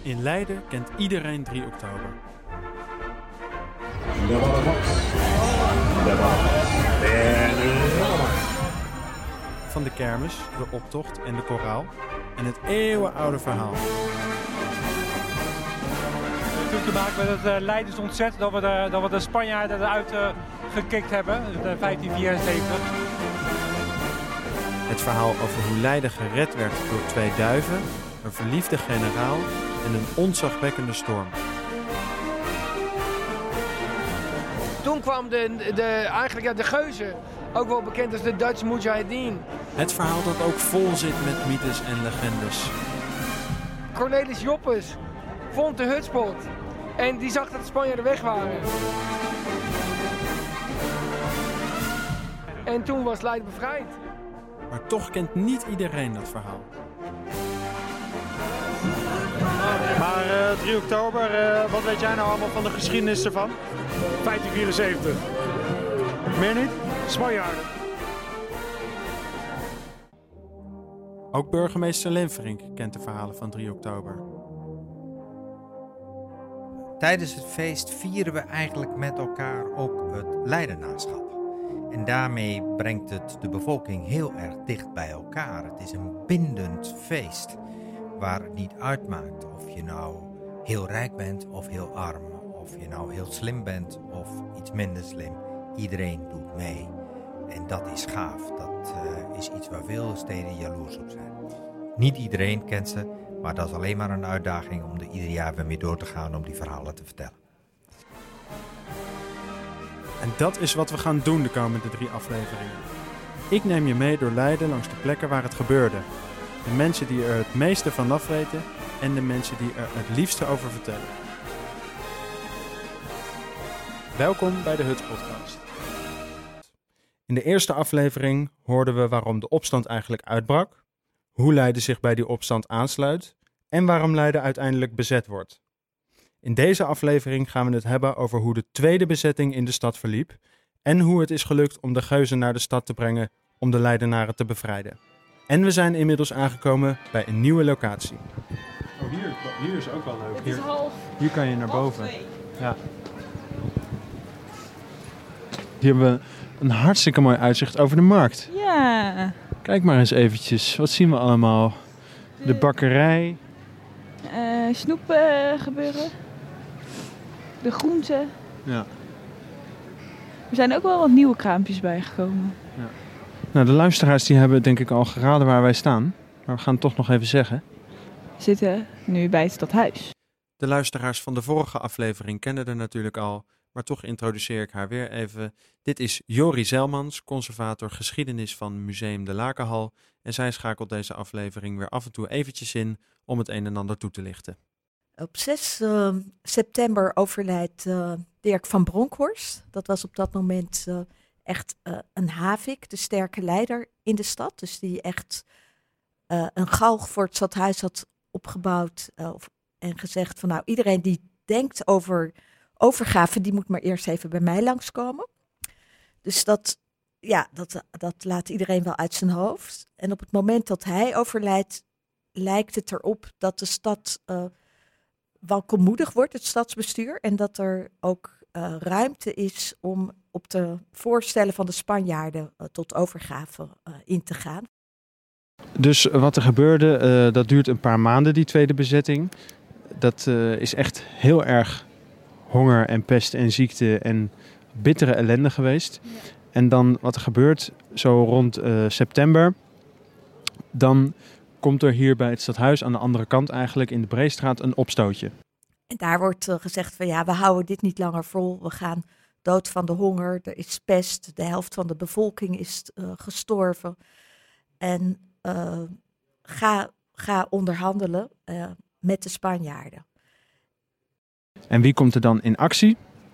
In Leiden kent iedereen 3 oktober. Van de kermis, de optocht en de koraal en het eeuwenoude verhaal. Natuurlijk te maken met het Leidens ontzet dat we de Spanjaarden eruit gekikt hebben, in 1574. Het verhaal over hoe Leiden gered werd door 2 duiven, een verliefde generaal en een ontzagwekkende storm. Toen kwam eigenlijk de geuzen, ook wel bekend als de Dutch Mujahideen. Het verhaal dat ook vol zit met mythes en legendes. Cornelis Joppes vond de hutspot en die zag dat de Spanjaarden weg waren. En toen was Leiden bevrijd. Maar toch kent niet iedereen dat verhaal. Maar 3 oktober, wat weet jij nou allemaal van de geschiedenis ervan? 1574. Meer niet? Spanjaarden. Ook burgemeester Lenverink kent de verhalen van 3 oktober. Tijdens het feest vieren we eigenlijk met elkaar ook het Leidenaarschap. En daarmee brengt het de bevolking heel erg dicht bij elkaar. Het is een bindend feest waar het niet uitmaakt of je nou heel rijk bent of heel arm. Of je nou heel slim bent of iets minder slim. Iedereen doet mee. En dat is gaaf. Dat is iets waar veel steden jaloers op zijn. Niet iedereen kent ze, maar dat is alleen maar een uitdaging om er ieder jaar weer mee door te gaan om die verhalen te vertellen. En dat is wat we gaan doen de komende 3 afleveringen. Ik neem je mee door Leiden langs de plekken waar het gebeurde. De mensen die er het meeste van af weten en de mensen die er het liefste over vertellen. Welkom bij de Huts Podcast. In de eerste aflevering hoorden we waarom de opstand eigenlijk uitbrak, hoe Leiden zich bij die opstand aansluit en waarom Leiden uiteindelijk bezet wordt. In deze aflevering gaan we het hebben over hoe de tweede bezetting in de stad verliep en hoe het is gelukt om de geuzen naar de stad te brengen om de Leidenaren te bevrijden. En we zijn inmiddels aangekomen bij een nieuwe locatie. Oh, hier is ook wel leuk. Hier kan je naar boven. Ja. Hier hebben we een hartstikke mooi uitzicht over de markt. Ja. Kijk maar eens eventjes. Wat zien we allemaal? De bakkerij. Snoepen gebeuren. De groenten. Ja. Er zijn ook wel wat nieuwe kraampjes bijgekomen. Ja. Nou, de luisteraars die hebben denk ik al geraden waar wij staan. Maar we gaan het toch nog even zeggen. We zitten nu bij het stadhuis. De luisteraars van de vorige aflevering kenden er natuurlijk al. Maar toch introduceer ik haar weer even. Dit is Jori Zelmans, conservator geschiedenis van Museum de Lakenhal. En zij schakelt deze aflevering weer af en toe eventjes in om het een en ander toe te lichten. Op 6 september overlijdt Dirk van Bronkhorst. Dat was op dat moment echt een havik, de sterke leider in de stad. Dus die echt een galg voor het stadhuis had opgebouwd en gezegd van nou iedereen die denkt over overgave, die moet maar eerst even bij mij langskomen. Dus dat laat iedereen wel uit zijn hoofd. En op het moment dat hij overlijdt, lijkt het erop dat de stad welkomoedig wordt, het stadsbestuur. En dat er ook ruimte is om op de voorstellen van de Spanjaarden tot overgave in te gaan. Dus wat er gebeurde, dat duurt een paar maanden, die tweede bezetting. Dat is echt heel erg honger en pest en ziekte en bittere ellende geweest. Ja. En dan wat er gebeurt, zo rond september, dan komt er hier bij het stadhuis aan de andere kant eigenlijk in de Breestraat een opstootje. En daar wordt gezegd van ja, we houden dit niet langer vol. We gaan dood van de honger, er is pest, de helft van de bevolking is gestorven. En ga onderhandelen met de Spanjaarden. En wie komt er dan in actie?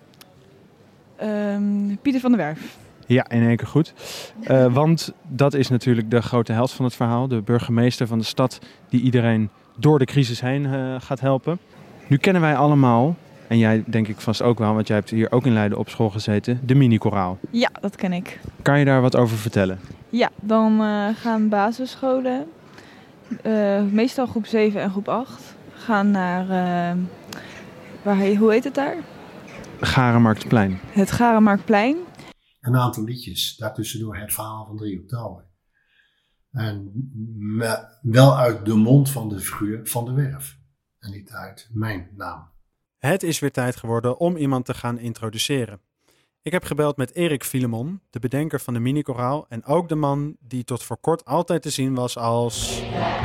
Pieter van der Werf. Ja, in één keer goed. Want dat is natuurlijk de grote held van het verhaal. De burgemeester van de stad die iedereen door de crisis heen gaat helpen. Nu kennen wij allemaal, en jij denk ik vast ook wel, want jij hebt hier ook in Leiden op school gezeten, de mini-koraal. Ja, dat ken ik. Kan je daar wat over vertellen? Ja, dan gaan basisscholen, meestal groep 7 en groep 8, gaan naar, hoe heet het daar? Garenmarktplein. Het Garenmarktplein. Een aantal liedjes, daartussendoor het verhaal van 3 oktober. En wel uit de mond van de figuur Van der Werf. En niet uit mijn naam. Het is weer tijd geworden om iemand te gaan introduceren. Ik heb gebeld met Erik Filemon, de bedenker van de minikoraal en ook de man die tot voor kort altijd te zien was als...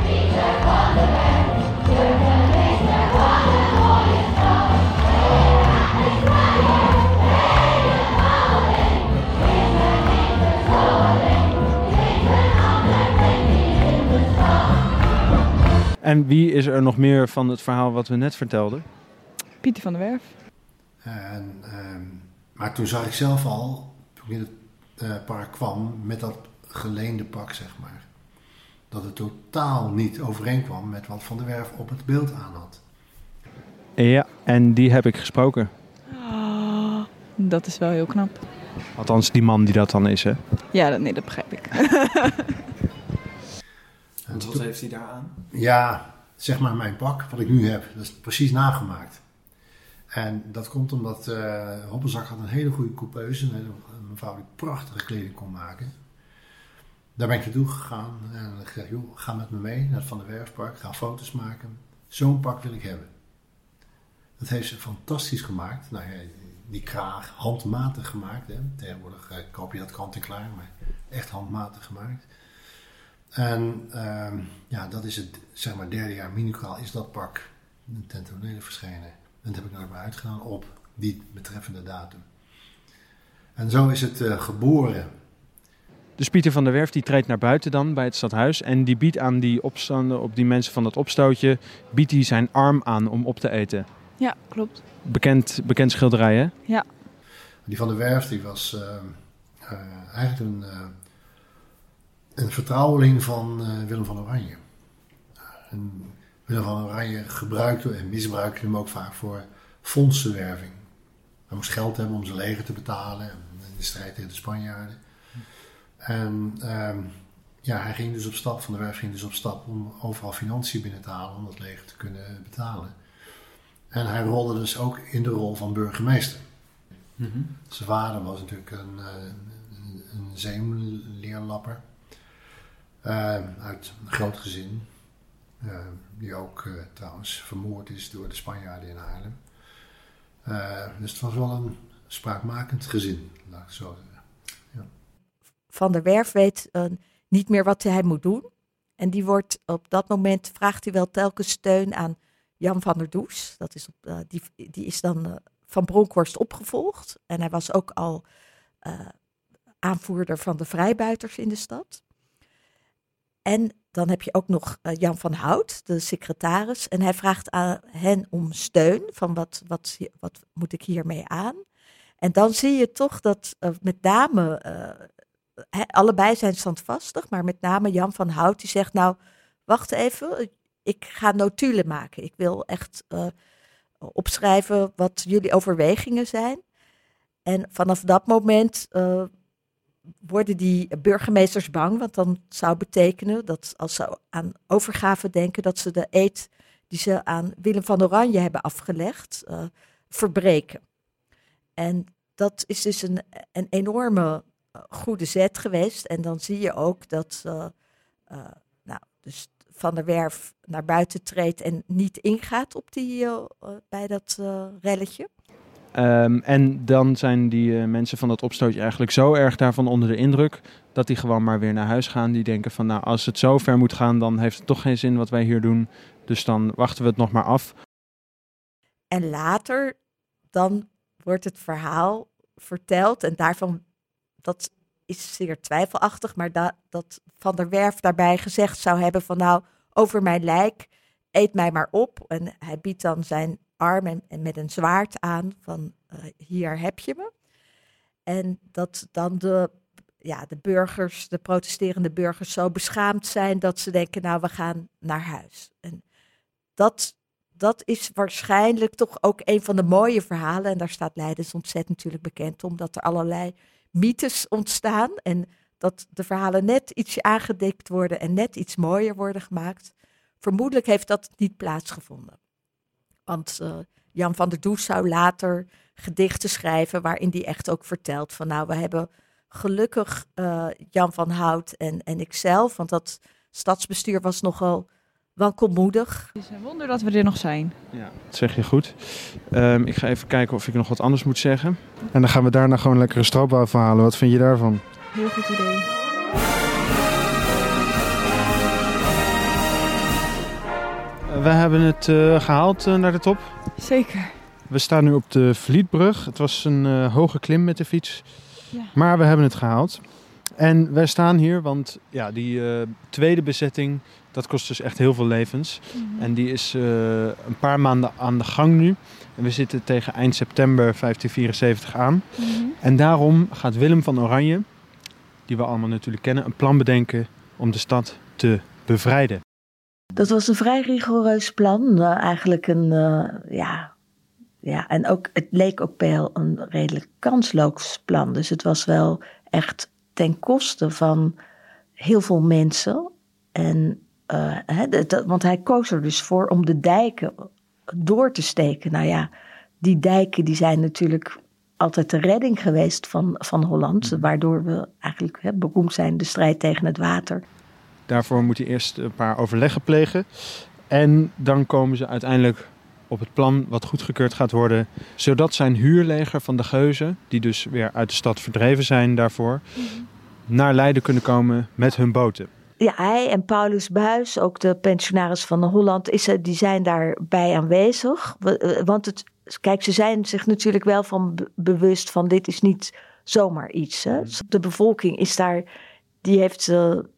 En wie is er nog meer van het verhaal wat we net vertelden? Pieter van der Werf. Maar toen zag ik zelf al, toen ik in het park kwam, met dat geleende pak, zeg maar, dat het totaal niet overeenkwam met wat Van der Werf op het beeld aan had. Ja, en die heb ik gesproken. Oh, dat is wel heel knap. Althans, die man die dat dan is, hè? Ja, nee, dat begrijp ik. En wat heeft hij daar aan? Ja, zeg maar mijn pak, wat ik nu heb, dat is precies nagemaakt. En dat komt omdat Hoppelzak had een hele goede coupeuse, een mevrouw die prachtige kleding kon maken. Daar ben ik naartoe gegaan en ik zeg, joh, ga met me mee naar het Van der Werfpark, ga foto's maken. Zo'n pak wil ik hebben. Dat heeft ze fantastisch gemaakt. Nou ja, die kraag handmatig gemaakt. Hè. Tegenwoordig koop je dat kant-en-klaar, maar echt handmatig gemaakt. En dat is het, zeg maar, 3e jaar minikoraal is dat pak ten tonele verschenen. En dat heb ik nooit meer uitgedaan op die betreffende datum. En zo is het geboren. Dus Pieter van der Werf die treedt naar buiten dan bij het stadhuis en die biedt aan die opstanden, op die mensen van dat opstootje, biedt hij zijn arm aan om op te eten. Ja, klopt. Bekend schilderij, hè? Ja. Die Van der Werf die was eigenlijk een vertrouweling van Willem van Oranje. En Willem van Oranje gebruikte en misbruikte hem ook vaak voor fondsenwerving. Hij moest geld hebben om zijn leger te betalen in de strijd tegen de Spanjaarden. En hij ging dus op stap, Van der Werf ging dus op stap om overal financiën binnen te halen om dat leger te kunnen betalen. En hij rolde dus ook in de rol van burgemeester. Mm-hmm. Zijn vader was natuurlijk een zeemleerlapper uit een groot gezin. Die ook trouwens vermoord is door de Spanjaarden in Haarlem. Dus het was wel een spraakmakend gezin, laat ik zo zeggen. Ja. Van der Werf weet niet meer wat hij moet doen. En die wordt op dat moment, vraagt hij wel telkens steun aan Jan van der Does. Dat is die is dan van Bronkhorst opgevolgd. En hij was ook al aanvoerder van de vrijbuiters in de stad. En dan heb je ook nog Jan van Hout, de secretaris. En hij vraagt aan hen om steun, van wat moet ik hiermee aan? En dan zie je toch dat met name, allebei zijn standvastig, maar met name Jan van Hout die zegt, nou, wacht even, ik ga notulen maken. Ik wil echt opschrijven wat jullie overwegingen zijn. En vanaf dat moment worden die burgemeesters bang, want dan zou betekenen dat als ze aan overgave denken, dat ze de eed die ze aan Willem van Oranje hebben afgelegd, verbreken. En dat is dus een enorme goede zet geweest. En dan zie je ook dat dus Van der Werf naar buiten treedt en niet ingaat op bij dat relletje. En dan zijn die mensen van dat opstootje eigenlijk zo erg daarvan onder de indruk dat die gewoon maar weer naar huis gaan. Die denken van, nou, als het zo ver moet gaan, dan heeft het toch geen zin wat wij hier doen. Dus dan wachten we het nog maar af. En later, dan wordt het verhaal verteld en daarvan, dat is zeer twijfelachtig, maar dat Van der Werf daarbij gezegd zou hebben van, nou, over mijn lijk, eet mij maar op. En hij biedt dan zijn arm en met een zwaard aan van, hier heb je me. En dat dan de burgers, de protesterende burgers, zo beschaamd zijn dat ze denken, nou, we gaan naar huis. En dat is waarschijnlijk toch ook een van de mooie verhalen. En daar staat Leidens ontzettend natuurlijk bekend om, dat er allerlei mythes ontstaan en dat de verhalen net ietsje aangedikt worden en net iets mooier worden gemaakt. Vermoedelijk heeft dat niet plaatsgevonden. Want Jan van der Does zou later gedichten schrijven waarin hij echt ook vertelt van nou, we hebben gelukkig Jan van Hout en ikzelf, want dat stadsbestuur was nogal wankelmoedig. Het is een wonder dat we er nog zijn. Ja, dat zeg je goed. Ik ga even kijken of ik nog wat anders moet zeggen. En dan gaan we daarna gewoon lekker een stroopwafel halen. Wat vind je daarvan? Heel goed idee. We hebben het gehaald naar de top. Zeker. We staan nu op de Vlietbrug. Het was een hoge klim met de fiets. Ja. Maar we hebben het gehaald. En wij staan hier, want ja, die tweede bezetting, dat kost dus echt heel veel levens. Mm-hmm. En die is een paar maanden aan de gang nu. En we zitten tegen eind september 1574 aan. Mm-hmm. En daarom gaat Willem van Oranje, die we allemaal natuurlijk kennen, een plan bedenken om de stad te bevrijden. Dat was een vrij rigoureus plan. Eigenlijk en ook, het leek ook wel een redelijk kansloos plan. Dus het was wel echt ten koste van heel veel mensen. En, want hij koos er dus voor om de dijken door te steken. Nou ja, die dijken die zijn natuurlijk altijd de redding geweest van Holland. Waardoor we eigenlijk beroemd zijn, de strijd tegen het water. Daarvoor moet hij eerst een paar overleggen plegen. En dan komen ze uiteindelijk op het plan wat goedgekeurd gaat worden. Zodat zijn huurleger van de Geuzen, die dus weer uit de stad verdreven zijn daarvoor, naar Leiden kunnen komen met hun boten. Ja, hij en Paulus Buys, ook de pensionaris van Holland, die zijn daarbij aanwezig. Want kijk, ze zijn zich natuurlijk wel van bewust van dit is niet zomaar iets. Hè. De bevolking is daar, die heeft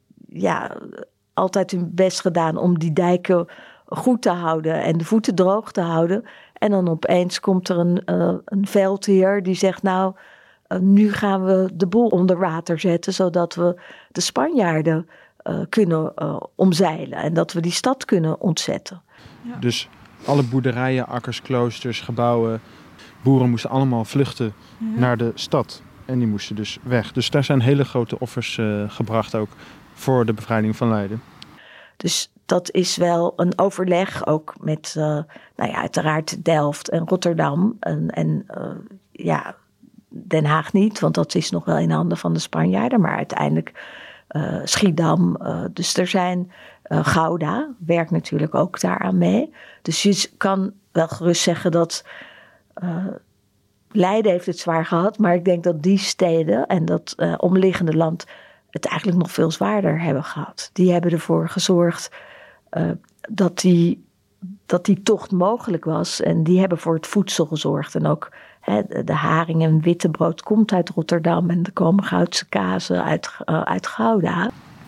altijd hun best gedaan om die dijken goed te houden en de voeten droog te houden. En dan opeens komt er een veldheer die zegt nou, nu gaan we de boel onder water zetten, zodat we de Spanjaarden kunnen omzeilen en dat we die stad kunnen ontzetten. Ja. Dus alle boerderijen, akkers, kloosters, gebouwen, boeren moesten allemaal vluchten naar de stad. En die moesten dus weg. Dus daar zijn hele grote offers gebracht ook voor de bevrijding van Leiden. Dus dat is wel een overleg ook met uiteraard Delft en Rotterdam en Den Haag niet, want dat is nog wel in handen van de Spanjaarden, maar uiteindelijk Schiedam. Dus er zijn Gouda, werkt natuurlijk ook daaraan mee. Dus je kan wel gerust zeggen dat Leiden heeft het zwaar gehad, maar ik denk dat die steden en dat omliggende land het eigenlijk nog veel zwaarder hebben gehad. Die hebben ervoor gezorgd dat die tocht mogelijk was. En die hebben voor het voedsel gezorgd. En ook de haring en wittebrood komt uit Rotterdam. En er komen Goudse kazen uit Gouda.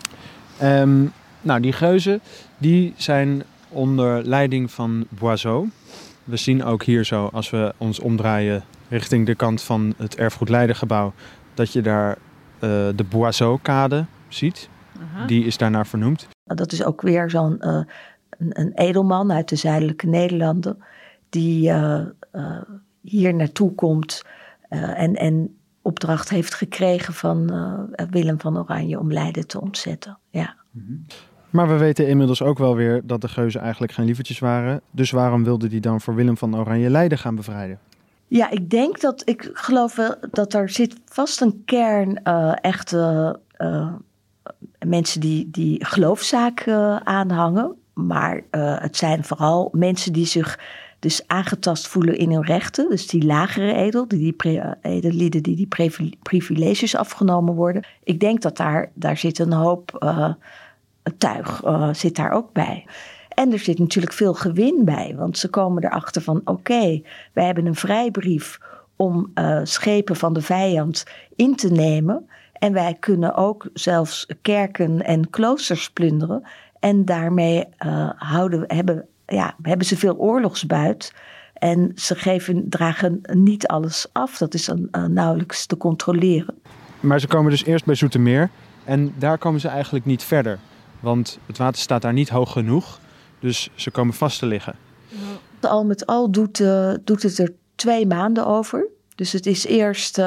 Die Geuzen die zijn onder leiding van Boisot. We zien ook hier zo, als we ons omdraaien richting de kant van het Erfgoed Leidengebouw, dat je daar de Boisot-kade ziet. Aha. Die is daarnaar vernoemd. Dat is ook weer zo'n een edelman uit de zuidelijke Nederlanden die hier naartoe komt en opdracht heeft gekregen van Willem van Oranje om Leiden te ontzetten. Ja. Maar we weten inmiddels ook wel weer dat de Geuzen eigenlijk geen lievertjes waren. Dus waarom wilde die dan voor Willem van Oranje Leiden gaan bevrijden? Ja, ik geloof wel dat er zit vast een kern echte mensen die geloofszaak aanhangen. Maar het zijn vooral mensen die zich dus aangetast voelen in hun rechten. Dus die lagere edellieden die privileges afgenomen worden. Ik denk dat daar zit een hoop tuig zit daar ook bij. En er zit natuurlijk veel gewin bij. Want ze komen erachter van oké, wij hebben een vrijbrief om schepen van de vijand in te nemen. En wij kunnen ook zelfs kerken en kloosters plunderen. En daarmee hebben ze veel oorlogsbuit. En ze dragen niet alles af. Dat is nauwelijks te controleren. Maar ze komen dus eerst bij Zoetermeer. En daar komen ze eigenlijk niet verder. Want het water staat daar niet hoog genoeg. Dus ze komen vast te liggen. Al met al doet het er 2 maanden over. Dus het is eerst...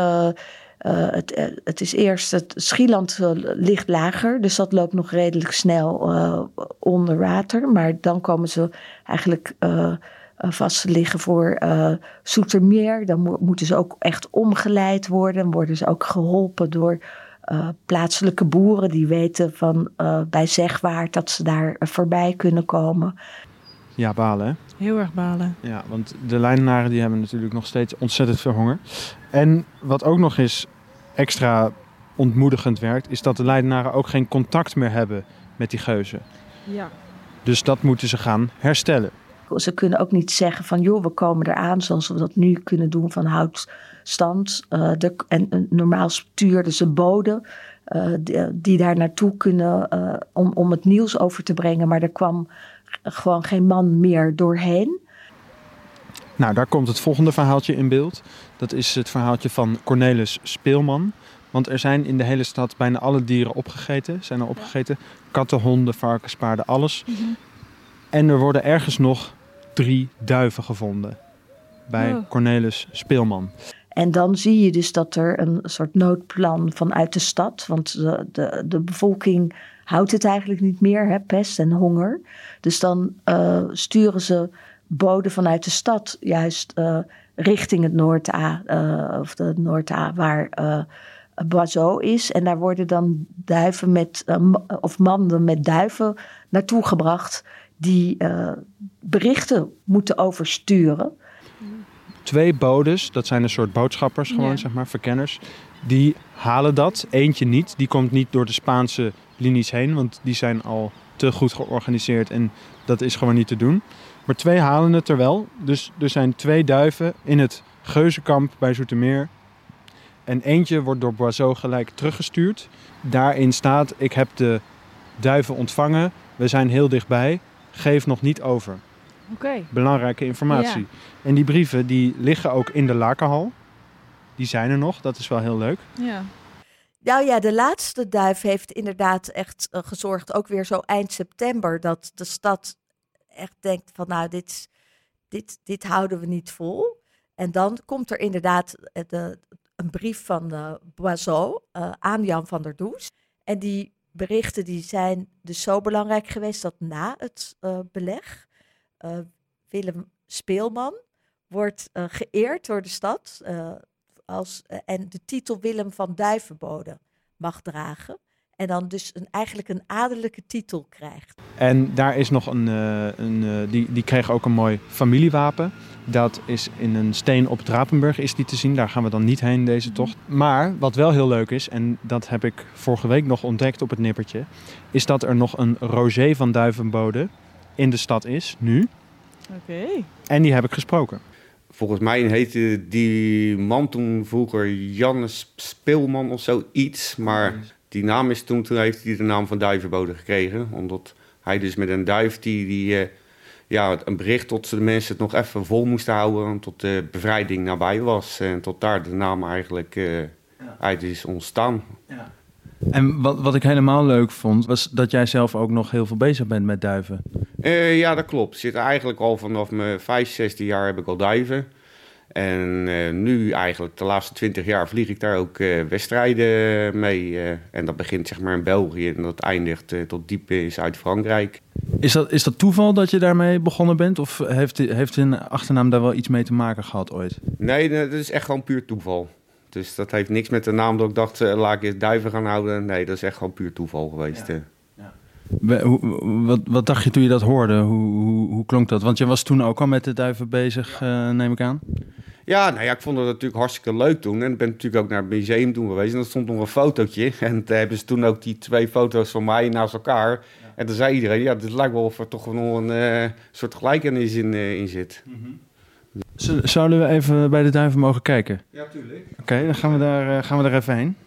het Schieland ligt lager, dus dat loopt nog redelijk snel onder water. Maar dan komen ze eigenlijk vast te liggen voor Zoetermeer. Dan moeten ze ook echt omgeleid worden. Dan worden ze ook geholpen door plaatselijke boeren die weten van bij Zegwaart dat ze daar voorbij kunnen komen. Ja, balen hè? Heel erg balen. Ja, want de Leidenaren die hebben natuurlijk nog steeds ontzettend veel honger. En wat ook nog eens extra ontmoedigend werkt, is dat de Leidenaren ook geen contact meer hebben met die geuzen. Ja. Dus dat moeten ze gaan herstellen. Ze kunnen ook niet zeggen van joh, we komen eraan zoals we dat nu kunnen doen van houtstand. En normaal stuurden ze boden die daar naartoe kunnen om het nieuws over te brengen. Maar er kwam gewoon geen man meer doorheen. Nou, daar komt het volgende verhaaltje in beeld. Dat is het verhaaltje van Cornelis Speelman. Want er zijn in de hele stad bijna alle dieren opgegeten. Zijn er opgegeten. Katten, honden, varkens, paarden, alles. Mm-hmm. En er worden ergens nog 3 duiven gevonden. Bij Cornelis Speelman. En dan zie je dus dat er een soort noodplan vanuit de stad. Want de bevolking houdt het eigenlijk niet meer, hè, pest en honger. Dus dan sturen ze boden vanuit de stad juist richting het Noord-A. Of de Noord-A waar Boiseau is. En daar worden dan duiven of manden met duiven naartoe gebracht die berichten moeten oversturen. 2 bodes, dat zijn een soort boodschappers gewoon, zeg maar, verkenners. Die halen dat, eentje niet. Die komt niet door de Spaanse linies heen, want die zijn al te goed georganiseerd en dat is gewoon niet te doen. Maar 2 halen het er wel. Dus er zijn 2 duiven in het geuzenkamp bij Zoetermeer. En eentje wordt door Boiseau gelijk teruggestuurd. Daarin staat, ik heb de duiven ontvangen, we zijn heel dichtbij, geef nog niet over. Okay. Belangrijke informatie. Ja. En die brieven die liggen ook in de Lakenhal. Die zijn er nog, dat is wel heel leuk. Ja. Nou ja, de laatste duif heeft inderdaad echt gezorgd, ook weer zo eind september, dat de stad echt denkt van nou, dit houden we niet vol. En dan komt er inderdaad een brief van Boiseau aan Jan van der Does. En die berichten die zijn dus zo belangrijk geweest dat na het beleg Willem Speelman wordt geëerd door de stad en de titel Willem van Duivenbode mag dragen. En dan dus eigenlijk een adellijke titel krijgt. En daar is nog die kreeg ook een mooi familiewapen. Dat is in een steen op het Rapenburg is die te zien. Daar gaan we dan niet heen deze tocht. Maar wat wel heel leuk is, en dat heb ik vorige week nog ontdekt op het nippertje, is dat er nog een Roger van Duivenbode in de stad is, nu. Oké. En die heb ik gesproken. Volgens mij heette die man toen vroeger Jannes Speelman of zoiets. Maar die naam is toen heeft hij de naam van Duivenbode gekregen. Omdat hij dus met een duif die een bericht tot de mensen het nog even vol moesten houden. Tot de bevrijding nabij was. En tot daar de naam eigenlijk uit is ontstaan. Ja. En wat ik helemaal leuk vond, was dat jij zelf ook nog heel veel bezig bent met duiven. Ja, dat klopt. Ik zit eigenlijk al vanaf mijn 5, 6e jaar heb ik al duiven. En nu eigenlijk de laatste 20 jaar vlieg ik daar ook wedstrijden mee. En dat begint zeg maar in België en dat eindigt tot diep in Zuid-Frankrijk. Is dat toeval dat je daarmee begonnen bent? Of heeft een achternaam daar wel iets mee te maken gehad ooit? Nee, dat is echt gewoon puur toeval. Dus dat heeft niks met de naam dat ik dacht, laat ik eens duiven gaan houden. Nee, dat is echt gewoon puur toeval geweest. Ja. Wat dacht je toen je dat hoorde? Hoe klonk dat? Want je was toen ook al met de duiven bezig, neem ik aan. Ja, ik vond het natuurlijk hartstikke leuk toen. En ik ben natuurlijk ook naar het museum toen geweest. En er stond nog een fotootje. En toen hebben ze toen ook die 2 foto's van mij naast elkaar. Ja. En toen zei iedereen, het lijkt wel of er toch nog een soort gelijkenis in zit. Mm-hmm. Zouden we even bij de duiven mogen kijken? Ja, tuurlijk. Oké, dan gaan we daar even heen.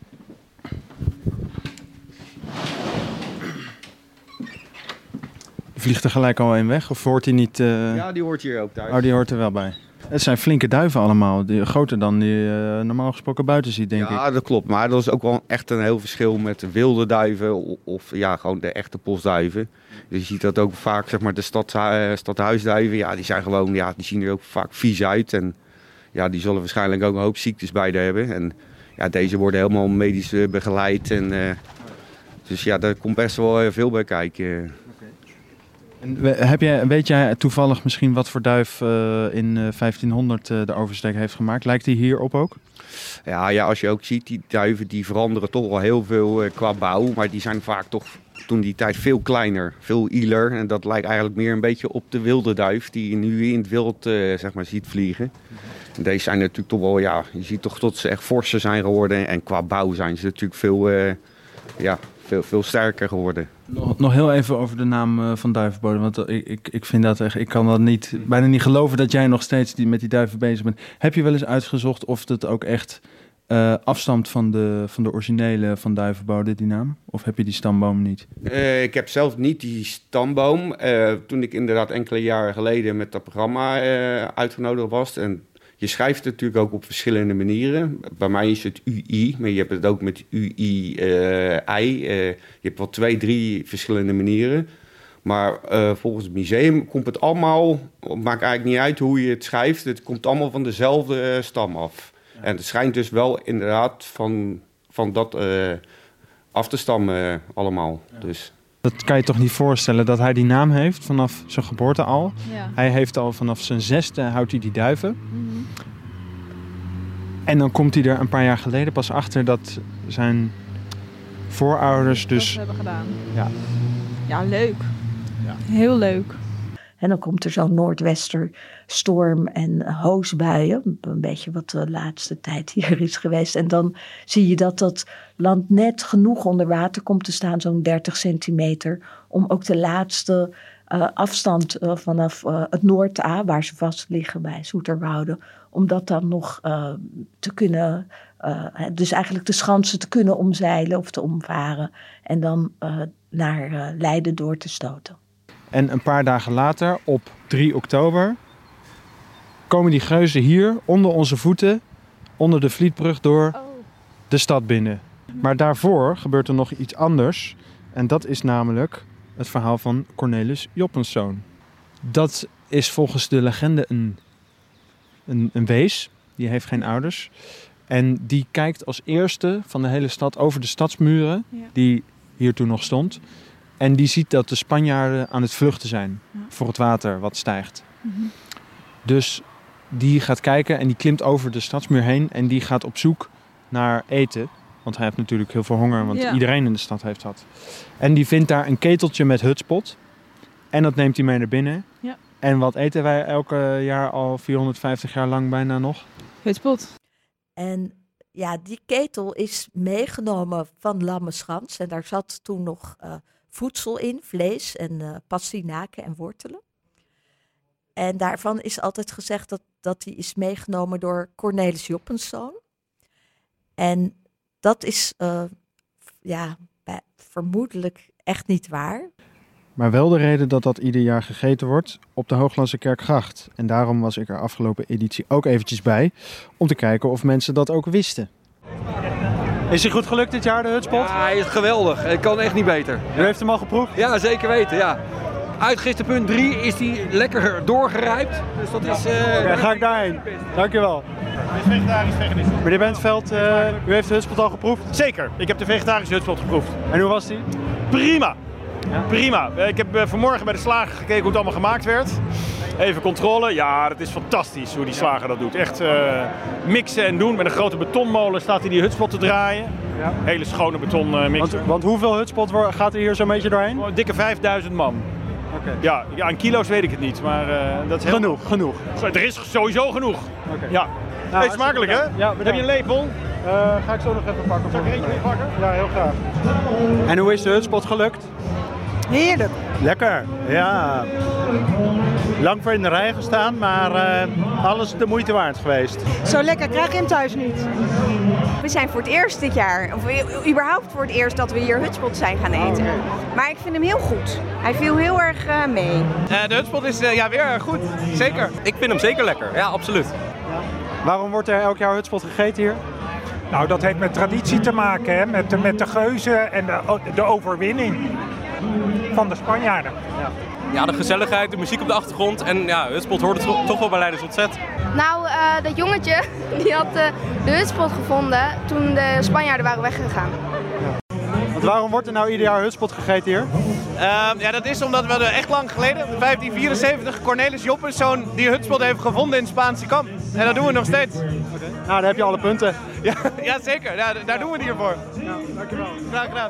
Vliegt er gelijk al een weg? Of hoort hij niet... Ja, die hoort hier ook thuis. Oh, die hoort er wel bij. Het zijn flinke duiven allemaal. Groter dan die normaal gesproken buiten ziet, denk ik. Ja, dat klopt. Maar dat is ook wel echt een heel verschil met de wilde duiven of gewoon de echte postduiven. Dus je ziet dat ook vaak, zeg maar, de stadhuisduiven. Ja, die zijn gewoon, die zien er ook vaak vies uit. En ja, die zullen waarschijnlijk ook een hoop ziektes bij hebben. En ja, deze worden helemaal medisch begeleid. En, dus ja, daar komt best wel veel bij kijken. En weet jij toevallig misschien wat voor duif in 1500 de oversteek heeft gemaakt? Lijkt die hierop ook? Ja, als je ook ziet, die duiven die veranderen toch wel heel veel qua bouw. Maar die zijn vaak toch toen die tijd veel kleiner, veel ieler. En dat lijkt eigenlijk meer een beetje op de wilde duif die je nu in het wild zeg maar ziet vliegen. En deze zijn natuurlijk toch wel, ja, je ziet toch dat ze echt forser zijn geworden. En qua bouw zijn ze natuurlijk veel sterker geworden. Nog heel even over de naam van Duivenbode. Want ik vind dat echt, ik kan dat bijna niet geloven dat jij nog steeds met die duiven bezig bent. Heb je wel eens uitgezocht of het ook echt afstamt van de originele van Duivenbode, die naam? Of heb je die stamboom niet? Ik heb zelf niet die stamboom. Toen ik inderdaad enkele jaren geleden met dat programma uitgenodigd was. En je schrijft het natuurlijk ook op verschillende manieren. Bij mij is het UI, maar je hebt het ook met UI-I. Je hebt wel 2-3 verschillende manieren. Maar volgens het museum komt het allemaal, het maakt eigenlijk niet uit hoe je het schrijft. Het komt allemaal van dezelfde stam af. Ja. En het schijnt dus wel inderdaad van dat af te stammen allemaal. Ja. Dus. Dat kan je toch niet voorstellen dat hij die naam heeft vanaf zijn geboorte al. Ja. Hij heeft al vanaf zijn 6e houdt hij die duiven. Mm-hmm. En dan komt hij er een paar jaar geleden pas achter dat zijn voorouders dus... dat hebben gedaan. Ja, ja, leuk. Ja. Heel leuk. En dan komt er zo'n noordwesterstorm en hoosbuien. Een beetje wat de laatste tijd hier is geweest. En dan zie je dat land net genoeg onder water komt te staan. Zo'n 30 centimeter. Om ook de laatste afstand vanaf het Noord-A, waar ze vast liggen bij Zoeterwoude. Om dat dan nog te kunnen... dus eigenlijk de schansen te kunnen omzeilen of te omvaren. En dan naar Leiden door te stoten. En een paar dagen later, op 3 oktober, komen die geuzen hier onder onze voeten, onder de Vlietbrug door de stad binnen. Maar daarvoor gebeurt er nog iets anders. En dat is namelijk het verhaal van Cornelis Joppenszoon. Dat is volgens de legende een wees. Die heeft geen ouders. En die kijkt als eerste van de hele stad over de stadsmuren, die hier toen nog stond. En die ziet dat de Spanjaarden aan het vluchten zijn voor het water wat stijgt. Mm-hmm. Dus die gaat kijken en die klimt over de stadsmuur heen en die gaat op zoek naar eten. Want hij heeft natuurlijk heel veel honger, want iedereen in de stad heeft dat. En die vindt daar een keteltje met hutspot. En dat neemt hij mee naar binnen. Ja. En wat eten wij elke jaar al 450 jaar lang bijna nog? Hutspot. En ja, die ketel is meegenomen van Lammenschans. En daar zat toen nog voedsel in, vlees en pastinaken en wortelen. En daarvan is altijd gezegd dat die is meegenomen door Cornelis Joppenszoon. En dat is vermoedelijk echt niet waar. Maar wel de reden dat dat ieder jaar gegeten wordt op de Hooglandse Kerkgracht. En daarom was ik er afgelopen editie ook eventjes bij, om te kijken of mensen dat ook wisten. Is hij goed gelukt dit jaar, de hutspot? Ja, hij is geweldig. Het kan echt niet beter. U heeft hem al geproefd? Ja, zeker weten, ja. Uitgisterpunt 3 is hij lekker doorgerijpt. Dus dat is... ga ik daarheen. Dankjewel. Hij is vegetarisch veganist. Meneer Bentveld, u heeft de hutspot al geproefd? Zeker. Ik heb de vegetarische hutspot geproefd. En hoe was die? Prima. Ja? Prima. Ik heb vanmorgen bij de slager gekeken hoe het allemaal gemaakt werd. Even controle. Ja, dat is fantastisch hoe die slager dat doet. Echt mixen en doen. Met een grote betonmolen staat hij die hutspot te draaien. Ja. Hele schone betonmixer. Want hoeveel hutspot gaat er hier zo'n beetje doorheen? Een dikke 5000 man. Okay. Ja, in kilo's weet ik het niet, maar dat is genoeg. Er is sowieso genoeg. Okay. Ja. Nou, hey, smakelijk hè? Ja, heb je een lepel? Ga ik zo nog even pakken. Zal ik er eentje mee pakken? Ja, heel graag. En hoe is de hutspot gelukt? Heerlijk. Lekker, ja. Lang voor in de rij gestaan, maar alles de moeite waard geweest. Zo lekker krijg je hem thuis niet. We zijn voor het eerst dit jaar, of überhaupt voor het eerst dat we hier hutspot zijn gaan eten. Okay. Maar ik vind hem heel goed. Hij viel heel erg mee. De hutspot is weer goed, zeker. Ik vind hem zeker lekker, ja, absoluut. Ja. Waarom wordt er elk jaar hutspot gegeten hier? Nou, dat heeft met traditie te maken, hè? Met de geuzen en de overwinning van de Spanjaarden. Ja, de gezelligheid, de muziek op de achtergrond en ja, hutspot hoort toch wel bij Leidens Ontzet. Nou, dat jongetje die had de hutspot gevonden toen de Spanjaarden waren weggegaan. Want waarom wordt er nou ieder jaar hutspot gegeten hier? Ja, dat is omdat we echt lang geleden, in 1574, Cornelis Joppenszoon die hutspot heeft gevonden in het Spaanse kamp. En dat doen we nog steeds. Nou, dan heb je alle punten. Ja, zeker. Ja, daar doen we het hier voor. Ja, dankjewel. Graag gedaan.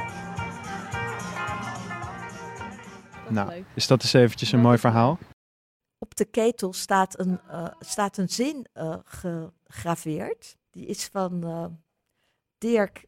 Nou, is dat eens eventjes een mooi verhaal? Op de ketel staat een zin gegraveerd. Die is van Dirk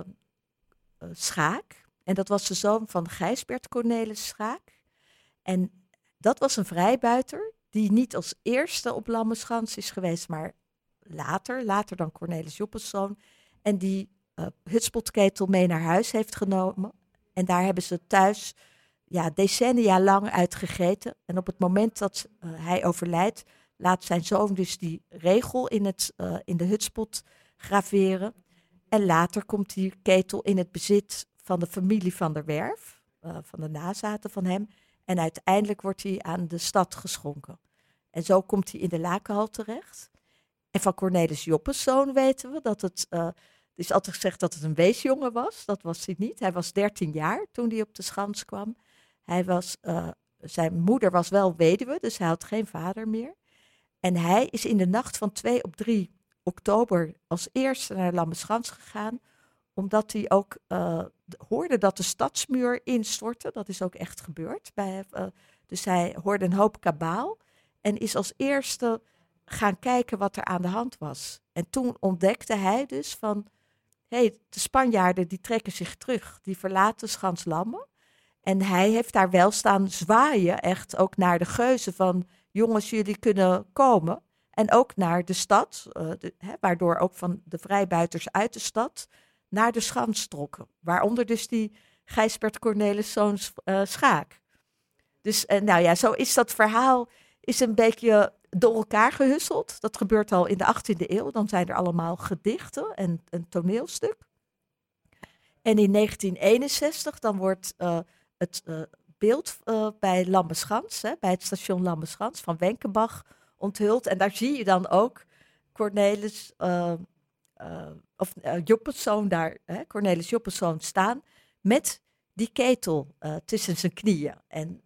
Schaak. En dat was de zoon van Gijsbert Cornelis Schaak. En dat was een vrijbuiter die niet als eerste op Lammenschans is geweest, maar later dan Cornelis Joppenszoon. En die hutspotketel mee naar huis heeft genomen. En daar hebben ze thuis decennia lang uit gegeten. En op het moment dat hij overlijdt, laat zijn zoon dus die regel in de hutspot graveren. En later komt die ketel in het bezit van de familie van der Werf, van de nazaten van hem. En uiteindelijk wordt hij aan de stad geschonken. En zo komt hij in de Lakenhal terecht. En van Cornelis Joppenszoon weten we dat het... Er is altijd gezegd dat het een weesjongen was. Dat was hij niet. Hij was 13 jaar toen hij op de Schans kwam. Zijn moeder was wel weduwe, dus hij had geen vader meer. En hij is in de nacht van 2 op 3 oktober als eerste naar Lammenschans gegaan, omdat hij ook hoorde dat de stadsmuur instortte. Dat is ook echt gebeurd. Dus hij hoorde een hoop kabaal en is als eerste gaan kijken wat er aan de hand was. En toen ontdekte hij dus van, de Spanjaarden die trekken zich terug, die verlaten Schans-Lammen. En hij heeft daar wel staan zwaaien, echt ook naar de geuzen van, jongens, jullie kunnen komen. En ook naar de stad, waardoor ook van de vrijbuiters uit de stad naar de Schans trokken. Waaronder dus die Gijsbert Corneliszoon Schaak. Dus zo is dat verhaal een beetje door elkaar gehusseld. Dat gebeurt al in de 18e eeuw. Dan zijn er allemaal gedichten en een toneelstuk. En in 1961 dan wordt het beeld bij Lammenschans, bij het station Lammenschans van Wenkenbach onthuld. En daar zie je dan ook Cornelis Joppenszoon daar, Cornelis Joppenszoon staan met die ketel tussen zijn knieën. En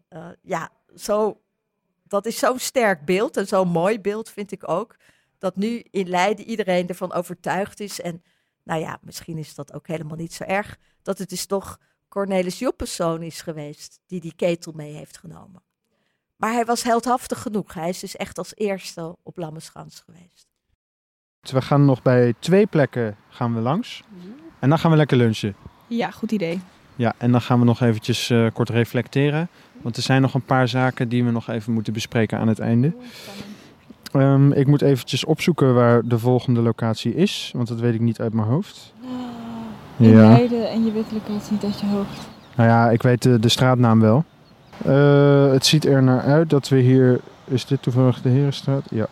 dat is zo'n sterk beeld en zo'n mooi beeld vind ik ook, dat nu in Leiden iedereen ervan overtuigd is. En misschien is dat ook helemaal niet zo erg, dat het dus toch Cornelis Joppenszoon is geweest die ketel mee heeft genomen. Maar hij was heldhaftig genoeg. Hij is dus echt als eerste op Lammenschans geweest. We gaan nog bij 2 plekken langs. En dan gaan we lekker lunchen. Ja, goed idee. Ja, en dan gaan we nog eventjes kort reflecteren. Want er zijn nog een paar zaken die we nog even moeten bespreken aan het einde. Ik moet eventjes opzoeken waar de volgende locatie is. Want dat weet ik niet uit mijn hoofd. In Leiden en je weet de locatie niet uit je hoofd. Nou ja, ik weet de straatnaam wel. Het ziet er naar uit dat we hier... Is dit toevallig de Herenstraat? Ja.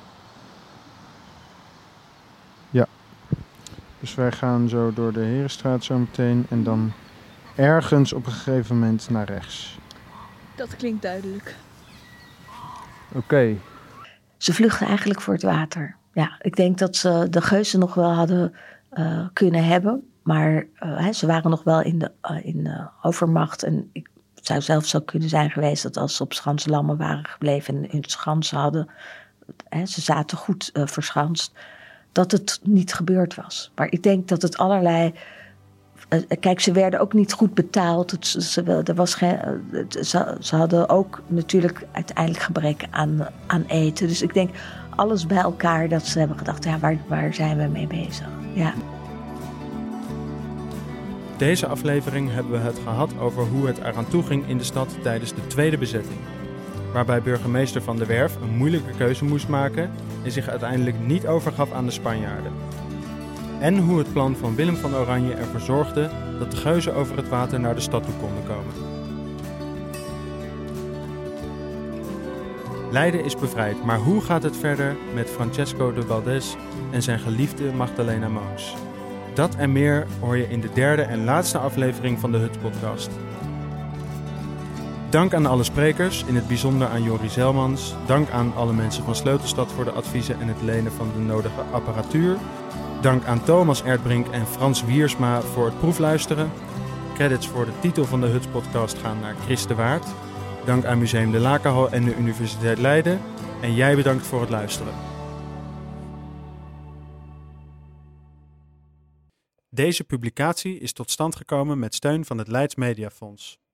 Ja. Dus wij gaan zo door de Herenstraat zo meteen. En dan ergens op een gegeven moment naar rechts. Dat klinkt duidelijk. Oké. Ze vluchten eigenlijk voor het water. Ja, ik denk dat ze de geuzen nog wel hadden kunnen hebben. Maar ze waren nog wel in overmacht. En ik zou zelfs zo kunnen zijn geweest dat als ze op Schans-Lammen waren gebleven en hun schansen hadden, ze zaten goed verschanst, dat het niet gebeurd was. Maar ik denk dat het allerlei... Kijk, ze werden ook niet goed betaald. Ze hadden ook natuurlijk uiteindelijk gebrek aan eten. Dus ik denk alles bij elkaar dat ze hebben gedacht, waar zijn we mee bezig? Ja. Deze aflevering hebben we het gehad over hoe het eraan toe ging in de stad tijdens de tweede bezetting. Waarbij burgemeester Van der Werf een moeilijke keuze moest maken en zich uiteindelijk niet overgaf aan de Spanjaarden. En hoe het plan van Willem van Oranje ervoor zorgde dat de geuzen over het water naar de stad toe konden komen. Leiden is bevrijd, maar hoe gaat het verder met Francesco de Valdés en zijn geliefde Magdalena Moons? Dat en meer hoor je in de derde en laatste aflevering van de Hut-podcast. Dank aan alle sprekers, in het bijzonder aan Jorie Zelmans. Dank aan alle mensen van Sleutelstad voor de adviezen en het lenen van de nodige apparatuur. Dank aan Thomas Erdbrink en Frans Wiersma voor het proefluisteren. credits voor de titel van de Hutspodcast gaan naar Chris de Waard. Dank aan Museum de Lakenhal en de Universiteit Leiden. En jij bedankt voor het luisteren. Deze publicatie is tot stand gekomen met steun van het Leids Mediafonds.